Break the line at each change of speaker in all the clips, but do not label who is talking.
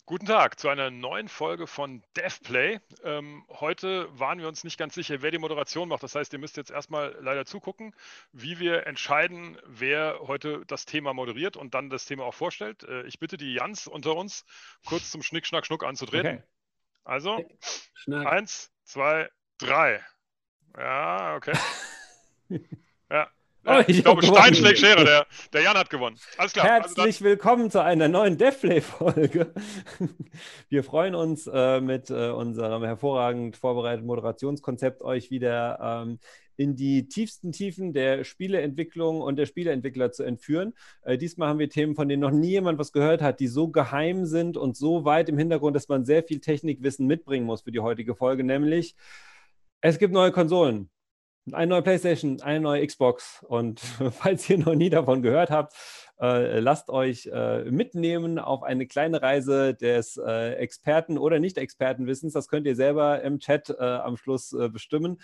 Guten Tag zu einer neuen Folge von DevPlay. Heute waren wir uns nicht ganz sicher, wer die Moderation macht. Das heißt, ihr müsst jetzt erstmal leider zugucken, wie wir entscheiden, wer heute das Thema moderiert und dann das Thema auch vorstellt. Ich bitte die Jans unter uns, kurz zum Schnick, Schnack, Schnuck anzutreten.
Okay.
Also,
Schnack.
1, 2, 3. Ja, okay. Ja.
Oh,
Ich
ich
glaube,
habe
Stein
gewonnen.
schlägt Schere. Der Jan hat gewonnen. Alles klar. Also dann,
Herzlich willkommen zu einer neuen DevPlay-Folge. Wir freuen uns, mit unserem hervorragend vorbereiteten Moderationskonzept euch wieder in die tiefsten Tiefen der Spieleentwicklung und der Spieleentwickler zu entführen. Diesmal haben wir Themen, von denen noch nie jemand was gehört hat, die so geheim sind und so weit im Hintergrund, dass man sehr viel Technikwissen mitbringen muss für die heutige Folge, nämlich es gibt neue Konsolen. Eine neue PlayStation, eine neue Xbox. Und falls ihr noch nie davon gehört habt, lasst euch mitnehmen auf eine kleine Reise des Experten- oder Nicht-Expertenwissens. Das könnt ihr selber im Chat am Schluss bestimmen.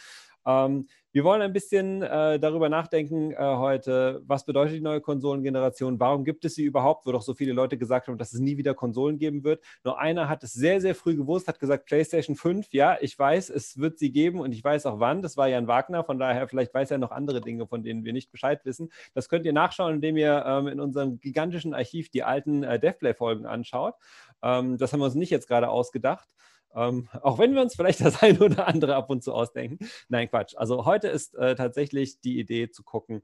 Wir wollen ein bisschen darüber nachdenken heute, was bedeutet die neue Konsolengeneration, warum gibt es sie überhaupt, wo doch so viele Leute gesagt haben, dass es nie wieder Konsolen geben wird. Nur einer hat es sehr, sehr früh gewusst, hat gesagt, PlayStation 5, ja, ich weiß, es wird sie geben und ich weiß auch wann. Das war Jan Wagner, von daher vielleicht weiß er noch andere Dinge, von denen wir nicht Bescheid wissen. Das könnt ihr nachschauen, indem ihr in unserem gigantischen Archiv die alten DevPlay-Folgen anschaut. Das haben wir uns nicht jetzt gerade ausgedacht. Auch wenn wir uns vielleicht das eine oder andere ab und zu ausdenken. Nein, Quatsch. Also heute ist tatsächlich die Idee zu gucken,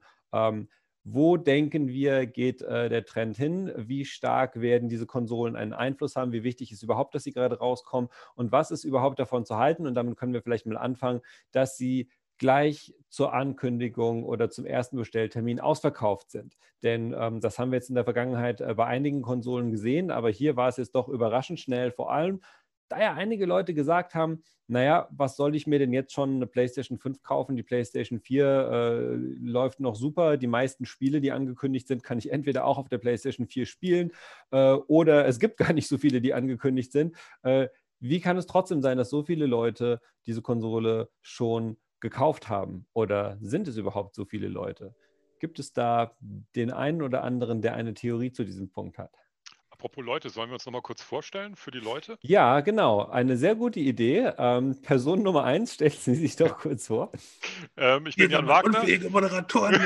wo denken wir, geht der Trend hin? Wie stark werden diese Konsolen einen Einfluss haben? Wie wichtig ist überhaupt, dass sie gerade rauskommen? Und was ist überhaupt davon zu halten? Und damit können wir vielleicht mal anfangen, dass sie gleich zur Ankündigung oder zum ersten Bestelltermin ausverkauft sind. Denn das haben wir jetzt in der Vergangenheit bei einigen Konsolen gesehen, aber hier war es jetzt doch überraschend schnell, vor allem da ja einige Leute gesagt haben, naja, was soll ich mir denn jetzt schon eine PlayStation 5 kaufen? Die PlayStation 4 läuft noch super. Die meisten Spiele, die angekündigt sind, kann ich entweder auch auf der PlayStation 4 spielen oder es gibt gar nicht so viele, die angekündigt sind. Wie kann es trotzdem sein, dass so viele Leute diese Konsole schon gekauft haben? Oder sind es überhaupt so viele Leute? Gibt es da den einen oder anderen, der eine Theorie zu diesem Punkt hat?
apropos Leute, sollen wir uns nochmal kurz vorstellen für die Leute?
Ja, genau. Eine sehr gute Idee. Person Nummer 1, stellen Sie sich doch kurz vor.
Ich
Ihr
bin
seid
Jan
mal
Wagner.
unfähige Moderatoren.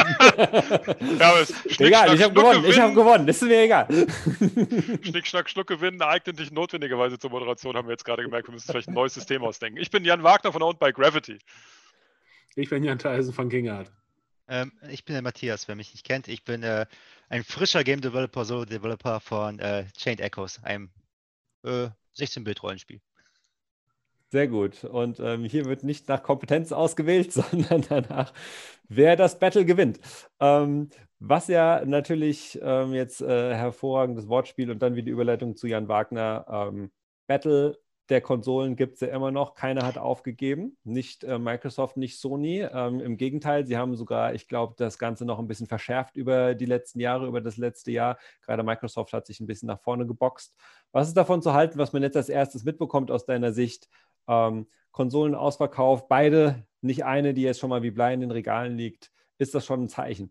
Ja, aber Schnick,
Egal,
Schnack,
ich habe
Schnuck
gewonnen. Ich habe
gewinnen.
gewonnen. Ist mir egal.
Schnick, Schnack, Schnuck gewinnen eignet nicht notwendigerweise zur Moderation, haben wir jetzt gerade gemerkt. Wir müssen vielleicht ein neues System ausdenken. Ich bin Jan Wagner von Owned by Gravity.
Ich bin Jan Theisen von Kingart.
Ich bin der Matthias, wer mich nicht kennt. Ich bin ein frischer Game Developer, Solo-Developer von Chained Echoes, einem 16-Bit-Rollenspiel.
Sehr gut. Und hier wird nicht nach Kompetenz ausgewählt, sondern danach, wer das Battle gewinnt. Was ja natürlich jetzt hervorragendes Wortspiel und dann wieder die Überleitung zu Jan Wagner. Battle der Konsolen gibt es ja immer noch. Keiner hat aufgegeben. Nicht Microsoft, nicht Sony. Im Gegenteil, sie haben sogar, ich glaube, das Ganze noch ein bisschen verschärft über die letzten Jahre, über das letzte Jahr. Gerade Microsoft hat sich ein bisschen nach vorne geboxt. Was ist davon zu halten, was man jetzt als erstes mitbekommt aus deiner Sicht? Konsolen ausverkauft, beide, nicht eine, die jetzt schon mal wie Blei in den Regalen liegt. Ist das schon ein Zeichen?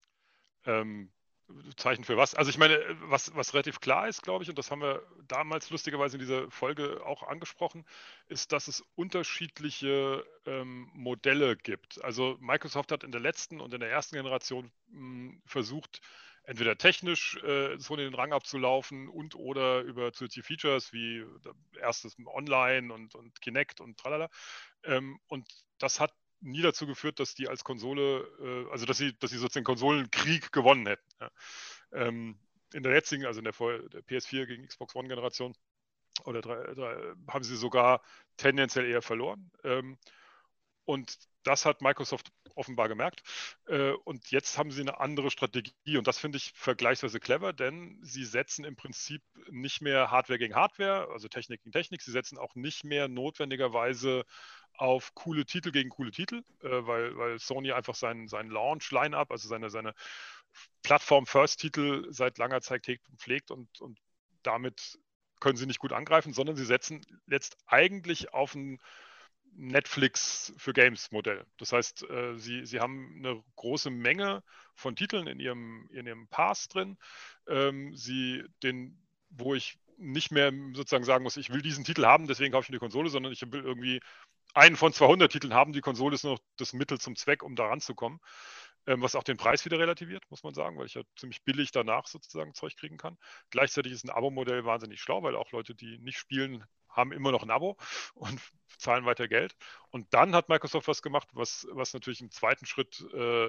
Zeichen für was? Also ich meine, was relativ klar ist, glaube ich, und das haben wir damals lustigerweise in dieser Folge auch angesprochen, ist, dass es unterschiedliche Modelle gibt. Also Microsoft hat in der letzten und in der ersten Generation versucht, entweder technisch so den Rang abzulaufen und oder über zusätzliche Features wie erstes Online und Kinect und tralala. Und das hat nie dazu geführt, dass die als Konsole, also dass sie sozusagen Konsolenkrieg gewonnen hätten. Ja. In der jetzigen, also in der PS4 gegen Xbox One Generation oder 3 haben sie sogar tendenziell eher verloren. Und das hat Microsoft offenbar gemerkt. Und jetzt haben sie eine andere Strategie. Und das finde ich vergleichsweise clever, denn sie setzen im Prinzip nicht mehr Hardware gegen Hardware, also Technik gegen Technik. Sie setzen auch nicht mehr notwendigerweise auf coole Titel gegen coole Titel, weil Sony einfach sein Launch-Line-Up, also seine Plattform-First-Titel seit langer Zeit pflegt und damit können sie nicht gut angreifen, sondern sie setzen jetzt eigentlich auf ein Netflix für Games Modell. Das heißt, sie haben eine große Menge von Titeln in ihrem Pass drin, wo ich nicht mehr sozusagen sagen muss, ich will diesen Titel haben, deswegen kaufe ich mir die Konsole, sondern ich will irgendwie einen von 200 Titeln haben. Die Konsole ist nur noch das Mittel zum Zweck, um da ranzukommen. Was auch den Preis wieder relativiert, muss man sagen, weil ich ja ziemlich billig danach sozusagen Zeug kriegen kann. Gleichzeitig ist ein Abo-Modell wahnsinnig schlau, weil auch Leute, die nicht spielen, haben immer noch ein Abo und zahlen weiter Geld. Und dann hat Microsoft was gemacht, was natürlich im zweiten Schritt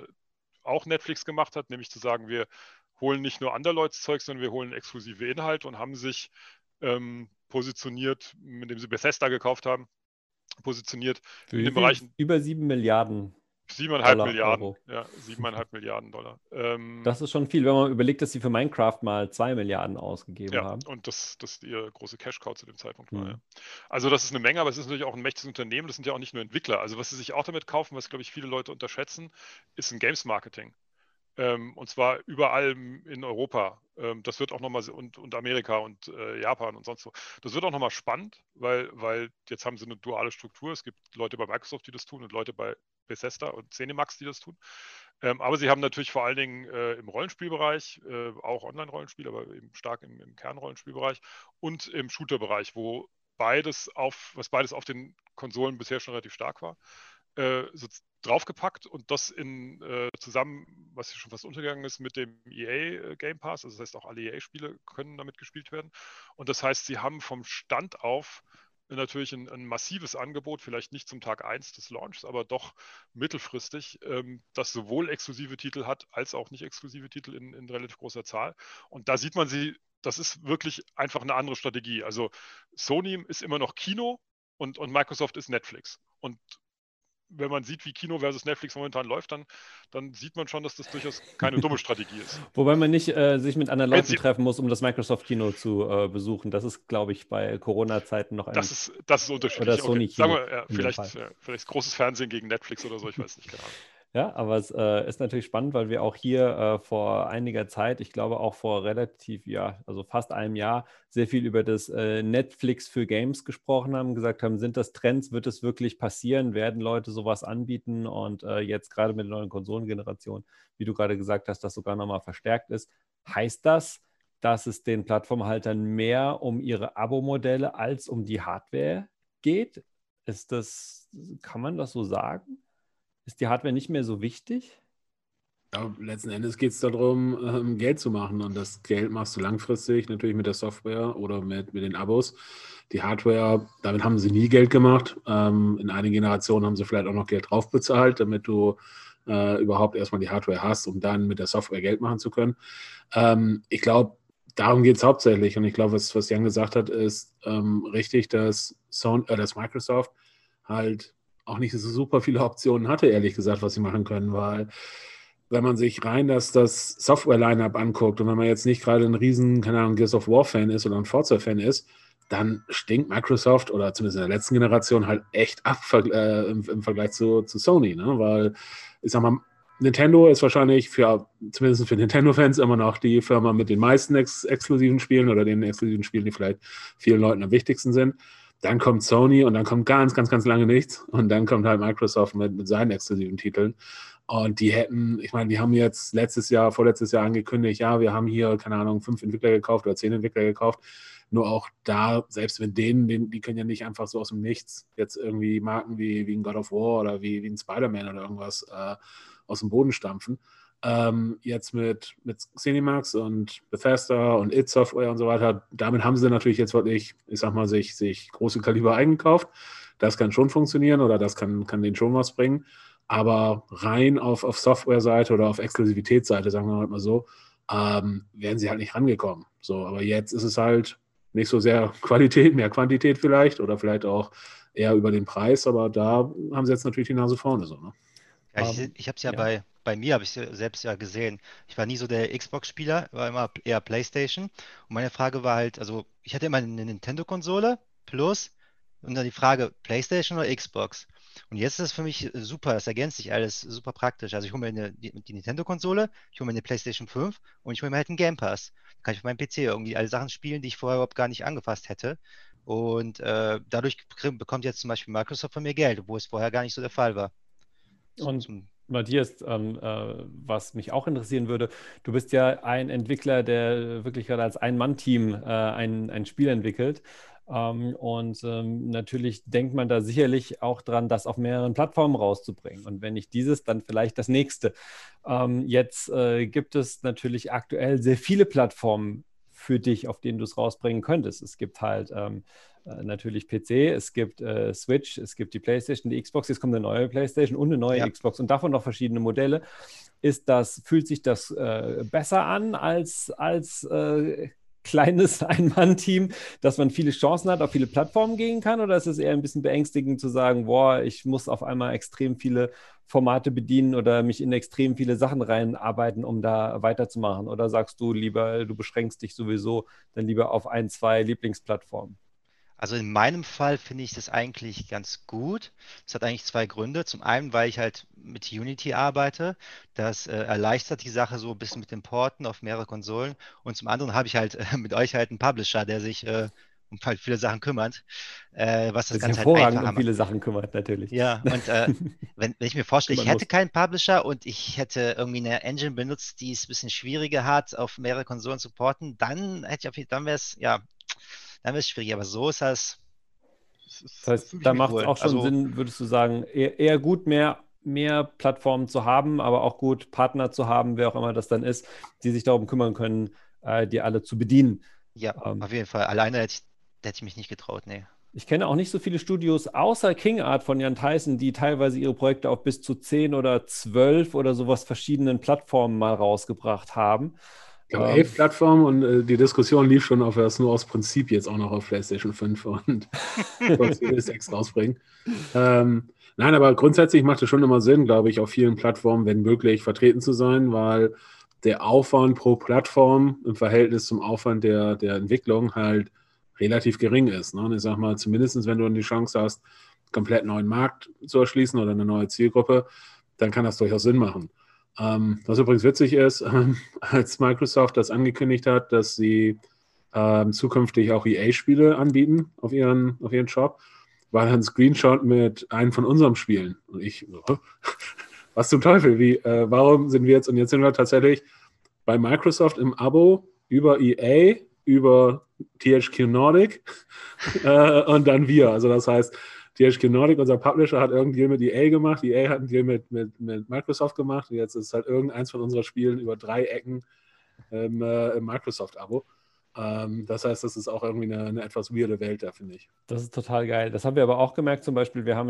auch Netflix gemacht hat, nämlich zu sagen, wir holen nicht nur Underlords Zeug, sondern wir holen exklusive Inhalte und haben sich positioniert, indem sie Bethesda gekauft haben, positioniert in den Bereichen
über 7 Milliarden
7,5 Milliarden.
Euro.
Ja, 7,5 Milliarden Dollar.
Das ist schon viel, wenn man überlegt, dass sie für Minecraft mal 2 Milliarden ausgegeben haben.
Und das ihr große Cash-Cow zu dem Zeitpunkt war. Ja. Also das ist eine Menge, aber es ist natürlich auch ein mächtiges Unternehmen. Das sind ja auch nicht nur Entwickler. Also was sie sich auch damit kaufen, was, glaube ich, viele Leute unterschätzen, ist ein Games-Marketing. Und zwar überall in Europa. Das wird auch nochmal, und Amerika und Japan und sonst wo. Das wird auch nochmal spannend, weil jetzt haben sie eine duale Struktur. Es gibt Leute bei Microsoft, die das tun, und Leute bei Bethesda und ZeniMax, die das tun. Aber sie haben natürlich vor allen Dingen im Rollenspielbereich, auch Online-Rollenspiel, aber eben stark im Kernrollenspielbereich und im Shooter-Bereich, was beides auf den Konsolen bisher schon relativ stark war, so draufgepackt und das zusammen, was schon fast untergegangen ist, mit dem EA Game Pass. Also das heißt, auch alle EA-Spiele können damit gespielt werden. Und das heißt, sie haben vom Stand auf natürlich ein massives Angebot, vielleicht nicht zum Tag 1 des Launchs, aber doch mittelfristig, das sowohl exklusive Titel hat, als auch nicht exklusive Titel in relativ großer Zahl. Und da sieht man das ist wirklich einfach eine andere Strategie. Also Sony ist immer noch Kino und Microsoft ist Netflix. Und wenn man sieht, wie Kino versus Netflix momentan läuft, dann sieht man schon, dass das durchaus keine dumme Strategie ist.
Wobei man nicht sich mit anderen Leuten treffen muss, um das Microsoft-Kino zu besuchen. Das ist, glaube ich, bei Corona-Zeiten noch ein...
Das ist unterschiedlich.
Oder Sony-Kino.
Sagen wir, vielleicht großes Fernsehen gegen Netflix oder so, ich weiß nicht, keine Ahnung.
Ja, aber es ist natürlich spannend, weil wir auch hier vor einiger Zeit, ich glaube auch vor also fast einem Jahr, sehr viel über das Netflix für Games gesprochen haben, gesagt haben, sind das Trends, wird es wirklich passieren, werden Leute sowas anbieten und jetzt gerade mit der neuen Konsolengeneration, wie du gerade gesagt hast, das sogar nochmal verstärkt ist. Heißt das, dass es den Plattformhaltern mehr um ihre Abo-Modelle als um die Hardware geht? Kann man das so sagen? Ist die Hardware nicht mehr so wichtig?
Ja, letzten Endes geht es darum, Geld zu machen. Und das Geld machst du langfristig natürlich mit der Software oder mit den Abos. Die Hardware, damit haben sie nie Geld gemacht. In einigen Generationen haben sie vielleicht auch noch Geld drauf bezahlt, damit du überhaupt erstmal die Hardware hast, um dann mit der Software Geld machen zu können. Ich glaube, darum geht es hauptsächlich. Und ich glaube, was Jan gesagt hat, ist richtig, dass Microsoft halt auch nicht so super viele Optionen hatte, ehrlich gesagt, was sie machen können, weil wenn man sich rein das Software-Line-Up anguckt und wenn man jetzt nicht gerade ein riesen, keine Ahnung, Gears of War-Fan ist oder ein Forza-Fan ist, dann stinkt Microsoft oder zumindest in der letzten Generation halt echt ab im Vergleich zu Sony, ne? Weil, ich sag mal, Nintendo ist wahrscheinlich zumindest für Nintendo-Fans immer noch die Firma mit den meisten exklusiven Spielen oder den exklusiven Spielen, die vielleicht vielen Leuten am wichtigsten sind. Dann kommt Sony und dann kommt ganz, ganz, ganz lange nichts. Und dann kommt halt Microsoft mit seinen exklusiven Titeln. Und die haben jetzt vorletztes Jahr angekündigt, ja, wir haben hier, keine Ahnung, 5 Entwickler gekauft oder 10 Entwickler gekauft. Nur auch da, selbst mit die können ja nicht einfach so aus dem Nichts jetzt irgendwie Marken wie ein God of War oder wie ein Spider-Man oder irgendwas aus dem Boden stampfen. Jetzt mit ZeniMax und Bethesda und id Software und so weiter, damit haben sie natürlich jetzt wirklich, ich sag mal, sich große Kaliber eingekauft. Das kann schon funktionieren oder das kann denen schon was bringen. Aber rein auf Software-Seite oder auf Exklusivitätsseite, sagen wir halt mal so, wären sie halt nicht rangekommen. So, aber jetzt ist es halt nicht so sehr Qualität, mehr Quantität vielleicht oder vielleicht auch eher über den Preis, aber da haben sie jetzt natürlich die Nase vorne. So, ne?
Ja, ich habe es ja bei mir, habe ich selbst ja gesehen. Ich war nie so der Xbox-Spieler, war immer eher PlayStation. Und meine Frage war halt, also ich hatte immer eine Nintendo-Konsole plus und dann die Frage, PlayStation oder Xbox? Und jetzt ist es für mich super, das ergänzt sich alles super praktisch. Also ich hole mir die Nintendo-Konsole, ich hole mir eine PlayStation 5 und ich hole mir halt einen Game Pass. Da kann ich auf meinem PC irgendwie alle Sachen spielen, die ich vorher überhaupt gar nicht angefasst hätte. Und dadurch bekommt jetzt zum Beispiel Microsoft von mir Geld, obwohl es vorher gar nicht so der Fall war.
Und Matthias, was mich auch interessieren würde, du bist ja ein Entwickler, der wirklich gerade als Ein-Mann-Team ein Spiel entwickelt. Natürlich denkt man da sicherlich auch dran, das auf mehreren Plattformen rauszubringen. Und wenn nicht dieses, dann vielleicht das nächste. Jetzt gibt es natürlich aktuell sehr viele Plattformen für dich, auf denen du es rausbringen könntest. Es gibt halt natürlich PC, es gibt Switch, es gibt die PlayStation, die Xbox, jetzt kommt eine neue PlayStation und eine neue Xbox und davon noch verschiedene Modelle. Fühlt sich das besser an als kleines Ein-Mann-Team, dass man viele Chancen hat, auf viele Plattformen gehen kann? Oder ist es eher ein bisschen beängstigend zu sagen, boah, ich muss auf einmal extrem viele Formate bedienen oder mich in extrem viele Sachen reinarbeiten, um da weiterzumachen? Oder sagst du lieber, du beschränkst dich sowieso dann lieber auf ein, zwei Lieblingsplattformen?
Also in meinem Fall finde ich das eigentlich ganz gut. Das hat eigentlich zwei Gründe. Zum einen, weil ich halt mit Unity arbeite. Das erleichtert die Sache so ein bisschen mit dem Porten auf mehrere Konsolen. Und zum anderen habe ich halt mit euch halt einen Publisher, der sich um halt viele Sachen kümmert, was das
Der sich
Ganze halt
hervorragend
einfacher
um
macht.
viele Sachen kümmert, natürlich.
Ja, und wenn ich mir vorstelle, ich
Kümmern
hätte
muss.
keinen Publisher und ich hätte irgendwie eine Engine benutzt, die es ein bisschen schwieriger hat, auf mehrere Konsolen zu porten, dann hätte ich dann wäre es, ja, dann wäre es schwierig. Aber so ist das
Das heißt,
ziemlich
da macht es
cool.
auch schon
Also,
Sinn, würdest du sagen, eher gut, mehr Plattformen zu haben, aber auch gut Partner zu haben, wer auch immer das dann ist, die sich darum kümmern können, die alle zu bedienen.
ja,
Ähm,
auf jeden Fall. Alleine hätte ich mich nicht getraut, nee.
Ich kenne auch nicht so viele Studios außer King Art von Jan Theissen, die teilweise ihre Projekte auf bis zu 10 oder 12 oder sowas verschiedenen Plattformen mal rausgebracht haben.
Ich glaube, 11 Plattformen und die Diskussion lief schon, ob wir das nur aus Prinzip jetzt auch noch auf PlayStation 5 und Series X rausbringen. Nein, aber grundsätzlich macht es schon immer Sinn, glaube ich, auf vielen Plattformen, wenn möglich, vertreten zu sein, weil der Aufwand pro Plattform im Verhältnis zum Aufwand der Entwicklung halt relativ gering ist. Ne? Und ich sag mal, zumindest wenn du die Chance hast, einen komplett neuen Markt zu erschließen oder eine neue Zielgruppe, dann kann das durchaus Sinn machen. Was übrigens witzig ist, als Microsoft das angekündigt hat, dass sie zukünftig auch EA-Spiele anbieten auf ihren Shop, war dann ein Screenshot mit einem von unseren Spielen. Und ich, was zum Teufel, warum sind wir jetzt, und jetzt sind wir tatsächlich bei Microsoft im Abo über EA, über THQ Nordic und dann wir. Also das heißt, THQ Nordic, unser Publisher, hat irgendeinen Deal mit EA gemacht, EA hat einen Deal mit Microsoft gemacht und jetzt ist halt irgendeins von unseren Spielen über 3 Ecken im Microsoft-Abo. Das heißt, das ist auch irgendwie eine etwas weirde Welt da, finde ich.
Das ist total geil. Das haben wir aber auch gemerkt, zum Beispiel, wir haben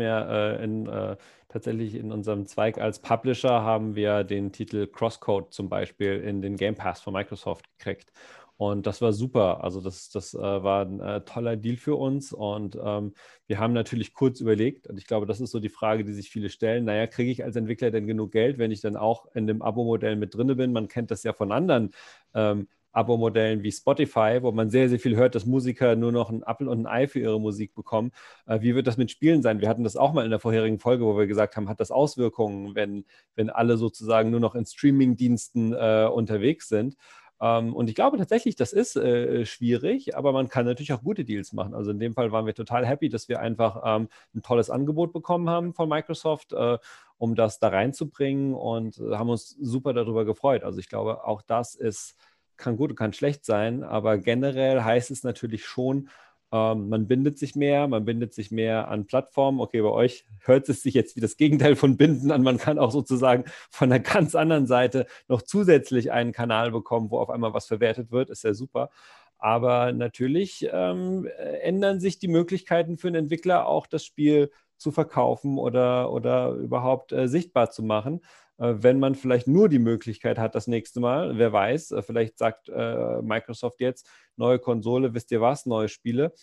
ja tatsächlich in unserem Zweig als Publisher haben wir den Titel Crosscode zum Beispiel in den Game Pass von Microsoft gekriegt. Und das war super. Also das war ein toller Deal für uns. Und wir haben natürlich kurz überlegt, und ich glaube, das ist so die Frage, die sich viele stellen, naja, kriege ich als Entwickler denn genug Geld, wenn ich dann auch in dem Abo-Modell mit drin bin? Man kennt das ja von anderen Abo-Modellen wie Spotify, wo man sehr, sehr viel hört, dass Musiker nur noch einen Apfel und ein Ei für ihre Musik bekommen. Wie wird das mit Spielen sein? Wir hatten das auch mal in der vorherigen Folge, wo wir gesagt haben, hat das Auswirkungen, wenn alle sozusagen nur noch in Streaming-Diensten unterwegs sind? Und ich glaube tatsächlich, das ist schwierig, aber man kann natürlich auch gute Deals machen. Also in dem Fall waren wir total happy, dass wir einfach ein tolles Angebot bekommen haben von Microsoft, um das da reinzubringen und haben uns super darüber gefreut. Also ich glaube, auch das kann gut und kann schlecht sein, aber generell heißt es natürlich schon, man bindet sich mehr an Plattformen. Okay, bei euch hört es sich jetzt wie das Gegenteil von Binden an. Man kann auch sozusagen von einer ganz anderen Seite noch zusätzlich einen Kanal bekommen, wo auf einmal was verwertet wird. Ist ja super. Aber natürlich ändern sich die Möglichkeiten für einen Entwickler, auch das Spiel zu verkaufen oder überhaupt sichtbar zu machen. Wenn man vielleicht nur die Möglichkeit hat, das nächste Mal, wer weiß, vielleicht sagt Microsoft jetzt, neue Konsole, wisst ihr was, neue Spiele.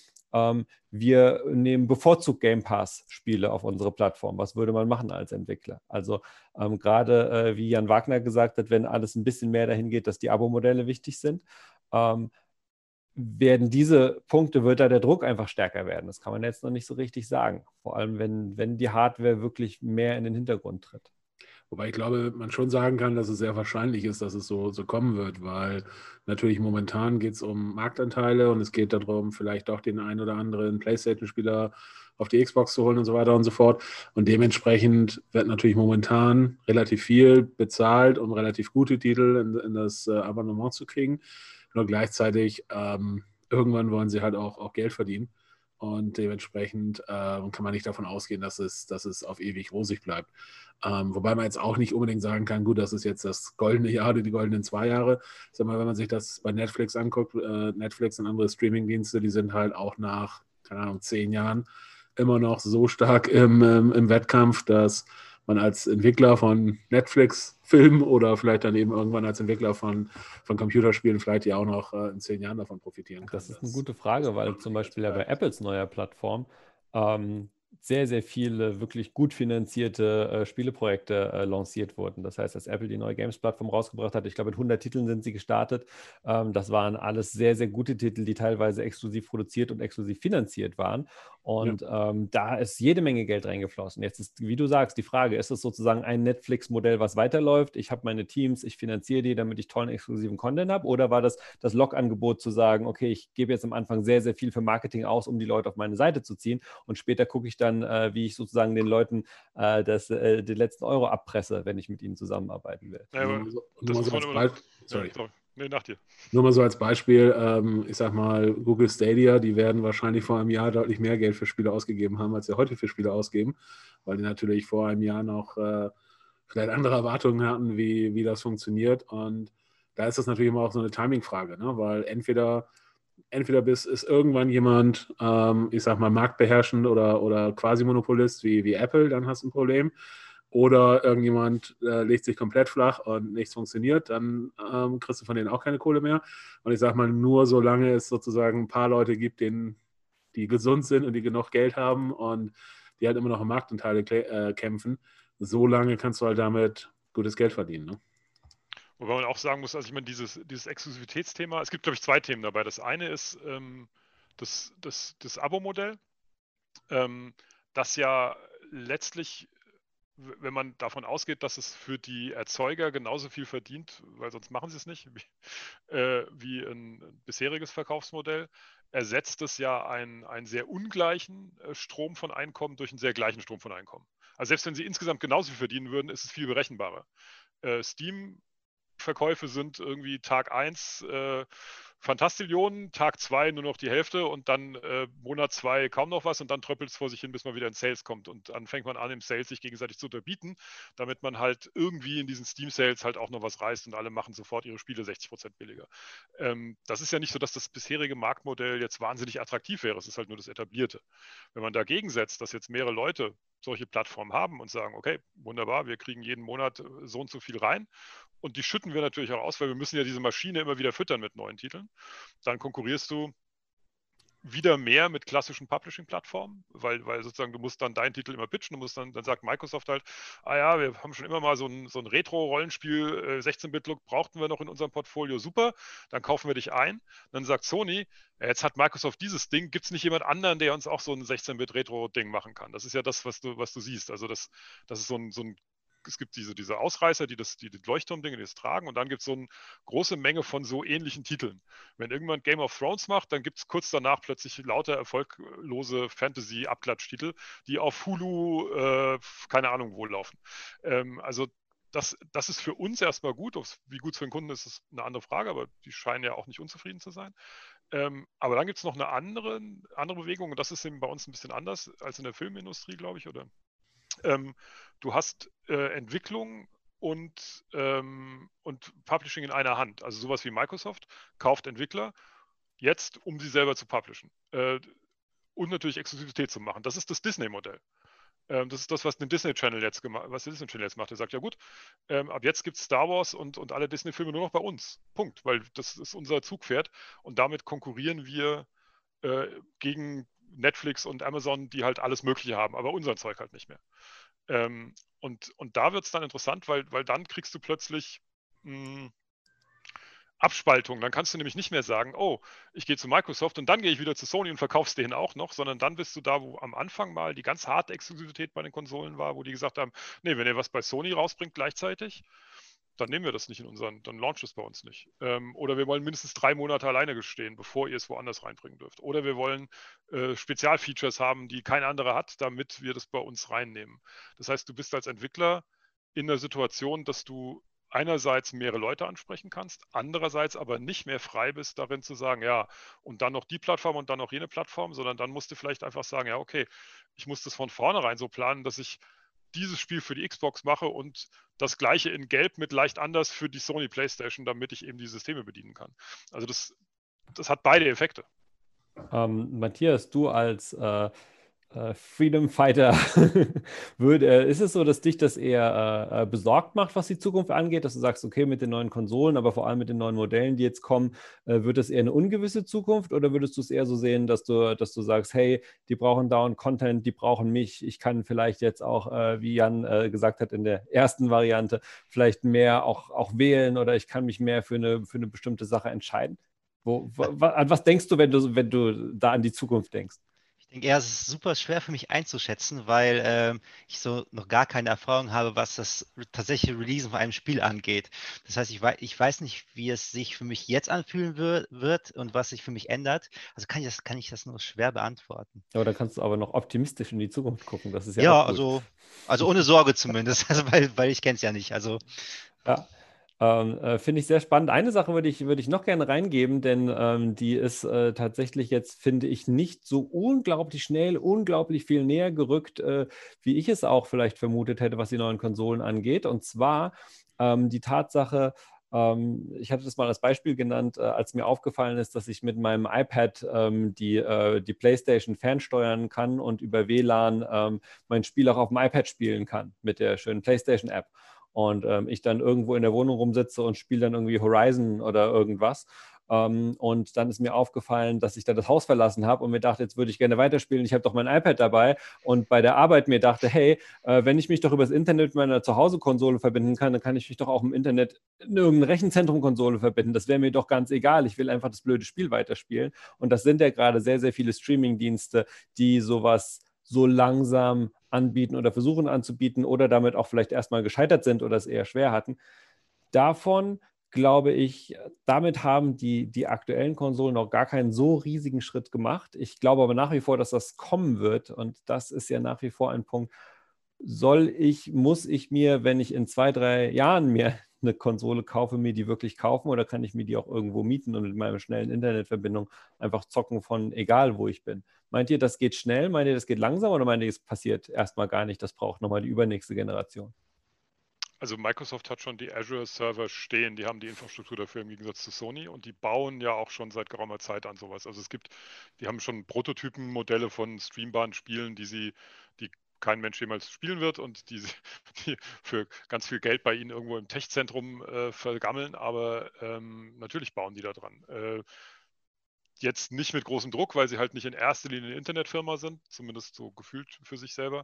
Wir nehmen bevorzugt Game Pass-Spiele auf unsere Plattform. Was würde man machen als Entwickler? Also gerade wie Jan Wagner gesagt hat, wenn alles ein bisschen mehr dahin geht, dass die Abo-Modelle wichtig sind, wird da der Druck einfach stärker werden. Das kann man jetzt noch nicht so richtig sagen. Vor allem, wenn die Hardware wirklich mehr in den Hintergrund tritt.
Wobei ich glaube, man schon sagen kann, dass es sehr wahrscheinlich ist, dass es so kommen wird, weil natürlich momentan geht es um Marktanteile und es geht darum, vielleicht auch den einen oder anderen PlayStation-Spieler auf die Xbox zu holen und so weiter und so fort. Und dementsprechend wird natürlich momentan relativ viel bezahlt, um relativ gute Titel in das Abonnement zu kriegen. Nur gleichzeitig, irgendwann wollen sie halt auch Geld verdienen. Und dementsprechend kann man nicht davon ausgehen, dass es auf ewig rosig bleibt. Wobei man jetzt auch nicht unbedingt sagen kann, gut, das ist jetzt das goldene Jahr oder die goldenen 2 Jahre. Sag mal, wenn man sich das bei Netflix anguckt, Netflix und andere Streamingdienste, die sind halt auch nach, keine Ahnung, 10 Jahren immer noch so stark im Wettkampf, dass man als Entwickler von Netflix-Filmen oder vielleicht dann eben irgendwann als Entwickler von Computerspielen vielleicht ja auch noch in 10 Jahren davon profitieren kann.
Das ist eine gute Frage, weil zum Beispiel ja bei Apples neuer Plattform sehr, sehr viele wirklich gut finanzierte Spieleprojekte lanciert wurden. Das heißt, als Apple die neue Games-Plattform rausgebracht hat, ich glaube, mit 100 Titeln sind sie gestartet. Das waren alles sehr, sehr gute Titel, die teilweise exklusiv produziert und exklusiv finanziert waren. Und da ist jede Menge Geld reingeflossen. Jetzt ist, wie du sagst, die Frage, ist es sozusagen ein Netflix-Modell, was weiterläuft? Ich habe meine Teams, ich finanziere die, damit ich tollen exklusiven Content habe? Oder war das Log-Angebot zu sagen, okay, ich gebe jetzt am Anfang sehr, sehr viel für Marketing aus, um die Leute auf meine Seite zu ziehen und später gucke ich dann, wie ich sozusagen den Leuten den letzten Euro abpresse, wenn ich mit ihnen zusammenarbeiten will.
Nach dir.
Nur mal so als Beispiel, ich sag mal, Google Stadia, die werden wahrscheinlich vor einem Jahr deutlich mehr Geld für Spiele ausgegeben haben, als sie heute für Spiele ausgeben, weil die natürlich vor einem Jahr noch vielleicht andere Erwartungen hatten, wie das funktioniert. Und da ist das natürlich immer auch so eine Timing-Frage, ne? Weil entweder ist irgendwann jemand, ich sag mal, marktbeherrschend oder Quasi-Monopolist wie Apple, dann hast du ein Problem. Oder irgendjemand legt sich komplett flach und nichts funktioniert, dann kriegst du von denen auch keine Kohle mehr. Und ich sag mal, nur solange es sozusagen ein paar Leute gibt, die gesund sind und die genug Geld haben und die halt immer noch um Marktanteile kämpfen, so lange kannst du halt damit gutes Geld verdienen. Ne?
Wobei man auch sagen muss, also ich meine, dieses Exklusivitätsthema, es gibt, glaube ich, zwei Themen dabei. Das eine ist das Abo-Modell, das ja letztlich, wenn man davon ausgeht, dass es für die Erzeuger genauso viel verdient, weil sonst machen sie es nicht, wie ein bisheriges Verkaufsmodell, ersetzt es ja einen sehr ungleichen Strom von Einkommen durch einen sehr gleichen Strom von Einkommen. Also selbst wenn sie insgesamt genauso viel verdienen würden, ist es viel berechenbarer. Steam Verkäufe sind irgendwie Tag 1 Fantastillionen, Tag 2 nur noch die Hälfte und dann Monat 2 kaum noch was und dann tröppelt es vor sich hin, bis man wieder in Sales kommt. Und dann fängt man an, im Sales sich gegenseitig zu unterbieten, damit man halt irgendwie in diesen Steam-Sales halt auch noch was reißt und alle machen sofort ihre Spiele 60% billiger. Das ist ja nicht so, dass das bisherige Marktmodell jetzt wahnsinnig attraktiv wäre. Es ist halt nur das Etablierte. Wenn man dagegen setzt, dass jetzt mehrere Leute solche Plattformen haben und sagen, okay, wunderbar, wir kriegen jeden Monat so und so viel rein und die schütten wir natürlich auch aus, weil wir müssen ja diese Maschine immer wieder füttern mit neuen Titeln. Dann konkurrierst du wieder mehr mit klassischen Publishing-Plattformen, weil sozusagen du musst dann deinen Titel immer pitchen, du musst dann sagt Microsoft halt, ja, wir haben schon immer mal so ein Retro-Rollenspiel, 16-Bit-Look brauchten wir noch in unserem Portfolio, super, dann kaufen wir dich ein. Dann sagt Sony, jetzt hat Microsoft dieses Ding, gibt es nicht jemand anderen, der uns auch so ein 16-Bit-Retro-Ding machen kann? Das ist ja das, was du siehst. Also das ist so ein es gibt diese Ausreißer, die Leuchtturmdinge, die das tragen, und dann gibt es so eine große Menge von so ähnlichen Titeln. Wenn irgendwann Game of Thrones macht, dann gibt es kurz danach plötzlich lauter erfolglose Fantasy-Abklatschtitel, die auf Hulu, keine Ahnung wo laufen. Also das ist für uns erstmal gut. Wie gut es für den Kunden ist, ist eine andere Frage, aber die scheinen ja auch nicht unzufrieden zu sein. Aber dann gibt es noch eine andere Bewegung, und das ist eben bei uns ein bisschen anders als in der Filmindustrie, glaube ich, oder? Du hast Entwicklung und Publishing in einer Hand. Also sowas wie Microsoft kauft Entwickler jetzt, um sie selber zu publishen. Und natürlich Exklusivität zu machen. Das ist das Disney-Modell. Das ist das, was der Disney Channel jetzt macht. Er sagt, ja gut, ab jetzt gibt es Star Wars und alle Disney-Filme nur noch bei uns. Punkt. Weil das ist unser Zugpferd. Und damit konkurrieren wir gegen Netflix und Amazon, die halt alles Mögliche haben, aber unser Zeug halt nicht mehr. Und da wird es dann interessant, weil dann kriegst du plötzlich Abspaltung. Dann kannst du nämlich nicht mehr sagen, oh, ich gehe zu Microsoft und dann gehe ich wieder zu Sony und verkauf's denen auch noch, sondern dann bist du da, wo am Anfang mal die ganz harte Exklusivität bei den Konsolen war, wo die gesagt haben, nee, wenn ihr was bei Sony rausbringt gleichzeitig, dann nehmen wir das nicht in unseren, dann launcht es bei uns nicht. Oder wir wollen mindestens 3 Monate alleine gestehen, bevor ihr es woanders reinbringen dürft. Oder wir wollen Spezialfeatures haben, die kein anderer hat, damit wir das bei uns reinnehmen. Das heißt, du bist als Entwickler in der Situation, dass du einerseits mehrere Leute ansprechen kannst, andererseits aber nicht mehr frei bist darin zu sagen, ja, und dann noch die Plattform und dann noch jene Plattform, sondern dann musst du vielleicht einfach sagen, ja, okay, ich muss das von vornherein so planen, dass ich dieses Spiel für die Xbox mache und das gleiche in Gelb mit leicht anders für die Sony PlayStation, damit ich eben die Systeme bedienen kann. Also das hat beide Effekte.
Matthias, du als Freedom Fighter, ist es so, dass dich das eher besorgt macht, was die Zukunft angeht, dass du sagst, okay, mit den neuen Konsolen, aber vor allem mit den neuen Modellen, die jetzt kommen, wird es eher eine ungewisse Zukunft, oder würdest du es eher so sehen, dass du sagst, hey, die brauchen dauernd Content, die brauchen mich, ich kann vielleicht jetzt auch, wie Jan gesagt hat in der ersten Variante, vielleicht mehr auch wählen, oder ich kann mich mehr für eine bestimmte Sache entscheiden? An was denkst du, wenn du da an die Zukunft denkst?
Ich denke eher, es ist super schwer für mich einzuschätzen, weil ich so noch gar keine Erfahrung habe, was das tatsächliche Releasen von einem Spiel angeht. Das heißt, ich weiß nicht, wie es sich für mich jetzt anfühlen wird und was sich für mich ändert. Also kann ich das nur schwer beantworten.
Ja, da kannst du aber noch optimistisch in die Zukunft gucken. Das ist ja
Ja,
auch gut.
also ohne Sorge zumindest, also weil ich kenne es ja nicht. Also
Ja. Finde ich sehr spannend. Eine Sache würde ich noch gerne reingeben, denn die ist tatsächlich jetzt, finde ich, nicht so unglaublich schnell, unglaublich viel näher gerückt, wie ich es auch vielleicht vermutet hätte, was die neuen Konsolen angeht. Und zwar die Tatsache, ich hatte das mal als Beispiel genannt, als mir aufgefallen ist, dass ich mit meinem iPad die PlayStation fernsteuern kann und über WLAN mein Spiel auch auf dem iPad spielen kann mit der schönen PlayStation-App. Und ich dann irgendwo in der Wohnung rumsitze und spiele dann irgendwie Horizon oder irgendwas. Und dann ist mir aufgefallen, dass ich da das Haus verlassen habe und mir dachte, jetzt würde ich gerne weiterspielen. Ich habe doch mein iPad dabei und bei der Arbeit mir dachte, hey, wenn ich mich doch übers Internet mit meiner Zuhause-Konsole verbinden kann, dann kann ich mich doch auch im Internet in irgendeine Rechenzentrum-Konsole verbinden. Das wäre mir doch ganz egal. Ich will einfach das blöde Spiel weiterspielen. Und das sind ja gerade sehr, sehr viele Streaming-Dienste, die sowas so langsam anbieten oder versuchen anzubieten oder damit auch vielleicht erstmal gescheitert sind oder es eher schwer hatten. Davon glaube ich, damit haben die aktuellen Konsolen noch gar keinen so riesigen Schritt gemacht. Ich glaube aber nach wie vor, dass das kommen wird, und das ist ja nach wie vor ein Punkt. Muss ich mir, wenn ich in 2, 3 Jahren mir eine Konsole kaufe, mir die wirklich kaufen, oder kann ich mir die auch irgendwo mieten und mit meiner schnellen Internetverbindung einfach zocken von egal, wo ich bin? Meint ihr, das geht schnell? Meint ihr, das geht langsam? Oder meint ihr, es passiert erstmal gar nicht? Das braucht nochmal die übernächste Generation?
Also Microsoft hat schon die Azure-Server stehen, die haben die Infrastruktur dafür im Gegensatz zu Sony und die bauen ja auch schon seit geraumer Zeit an sowas. Also die haben schon Prototypenmodelle von streambaren Spielen, die kein Mensch jemals spielen wird und die für ganz viel Geld bei ihnen irgendwo im Tech-Zentrum vergammeln, aber natürlich bauen die da dran. Jetzt nicht mit großem Druck, weil sie halt nicht in erster Linie eine Internetfirma sind, zumindest so gefühlt für sich selber.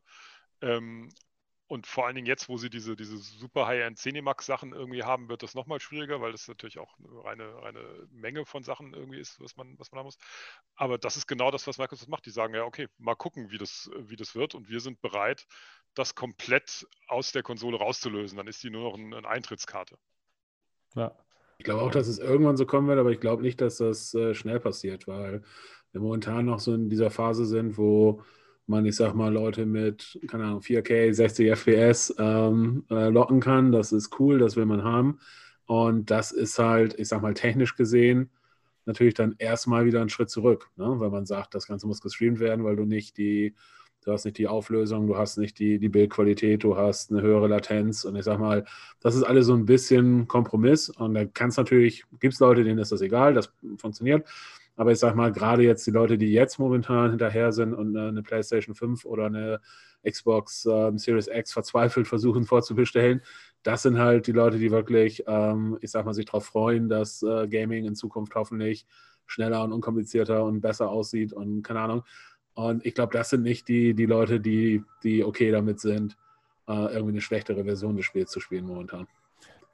Und vor allen Dingen jetzt, wo sie diese super High-End Cinemax-Sachen irgendwie haben, wird das nochmal schwieriger, weil das natürlich auch eine reine Menge von Sachen irgendwie ist, was man haben muss. Aber das ist genau das, was Microsoft macht. Die sagen ja, okay, mal gucken, wie das wird. Und wir sind bereit, das komplett aus der Konsole rauszulösen. Dann ist die nur noch eine Eintrittskarte.
Ja. Ich glaube auch, dass es irgendwann so kommen wird, aber ich glaube nicht, dass das schnell passiert, weil wir momentan noch so in dieser Phase sind, wo man, ich sag mal, Leute mit, keine Ahnung, 4K, 60 FPS locken kann. Das ist cool, das will man haben. Und das ist halt, ich sag mal, technisch gesehen natürlich dann erstmal wieder ein Schritt zurück, ne? Weil man sagt, das Ganze muss gestreamt werden, weil du hast nicht die Auflösung, du hast nicht die Bildqualität, du hast eine höhere Latenz, und ich sag mal, das ist alles so ein bisschen Kompromiss, und da gibt es Leute, denen ist das egal, das funktioniert, aber ich sag mal, gerade jetzt die Leute, die jetzt momentan hinterher sind und eine PlayStation 5 oder eine Xbox Series X verzweifelt versuchen vorzubestellen, das sind halt die Leute, die wirklich, ich sag mal, sich darauf freuen, dass Gaming in Zukunft hoffentlich schneller und unkomplizierter und besser aussieht und keine Ahnung. Und ich glaube, das sind nicht die Leute, die okay damit sind, irgendwie eine schlechtere Version des Spiels zu spielen momentan.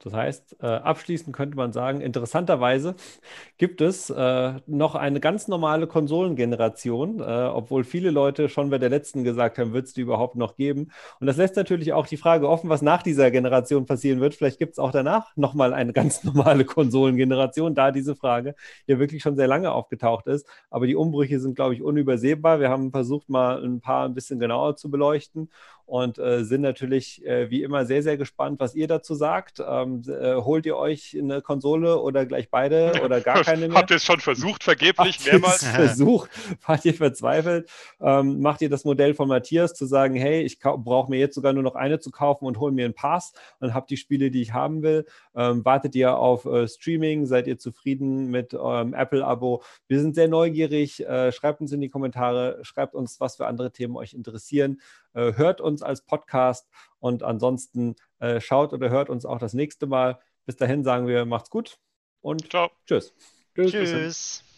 Das heißt, abschließend könnte man sagen, interessanterweise gibt es noch eine ganz normale Konsolengeneration, obwohl viele Leute schon bei der letzten gesagt haben, wird es die überhaupt noch geben? Und das lässt natürlich auch die Frage offen, was nach dieser Generation passieren wird. Vielleicht gibt es auch danach nochmal eine ganz normale Konsolengeneration, da diese Frage ja wirklich schon sehr lange aufgetaucht ist. Aber die Umbrüche sind, glaube ich, unübersehbar. Wir haben versucht, mal ein paar ein bisschen genauer zu beleuchten und sind natürlich wie immer sehr, sehr gespannt, was ihr dazu sagt. Holt ihr euch eine Konsole oder gleich beide oder gar keine mehr?
Habt ihr es schon versucht, vergeblich, mehrmals?
Versucht, wart ihr verzweifelt? Macht ihr das Modell von Matthias zu sagen, hey, ich brauche mir jetzt sogar nur noch eine zu kaufen und hole mir einen Pass und habe die Spiele, die ich haben will? Wartet ihr auf Streaming? Seid ihr zufrieden mit eurem Apple-Abo? Wir sind sehr neugierig. Schreibt uns in die Kommentare, schreibt uns, was für andere Themen euch interessieren. Hört uns als Podcast und ansonsten schaut oder hört uns auch das nächste Mal. Bis dahin sagen wir, macht's gut und
Ciao.
tschüss.
Tschüss.
Tschüss.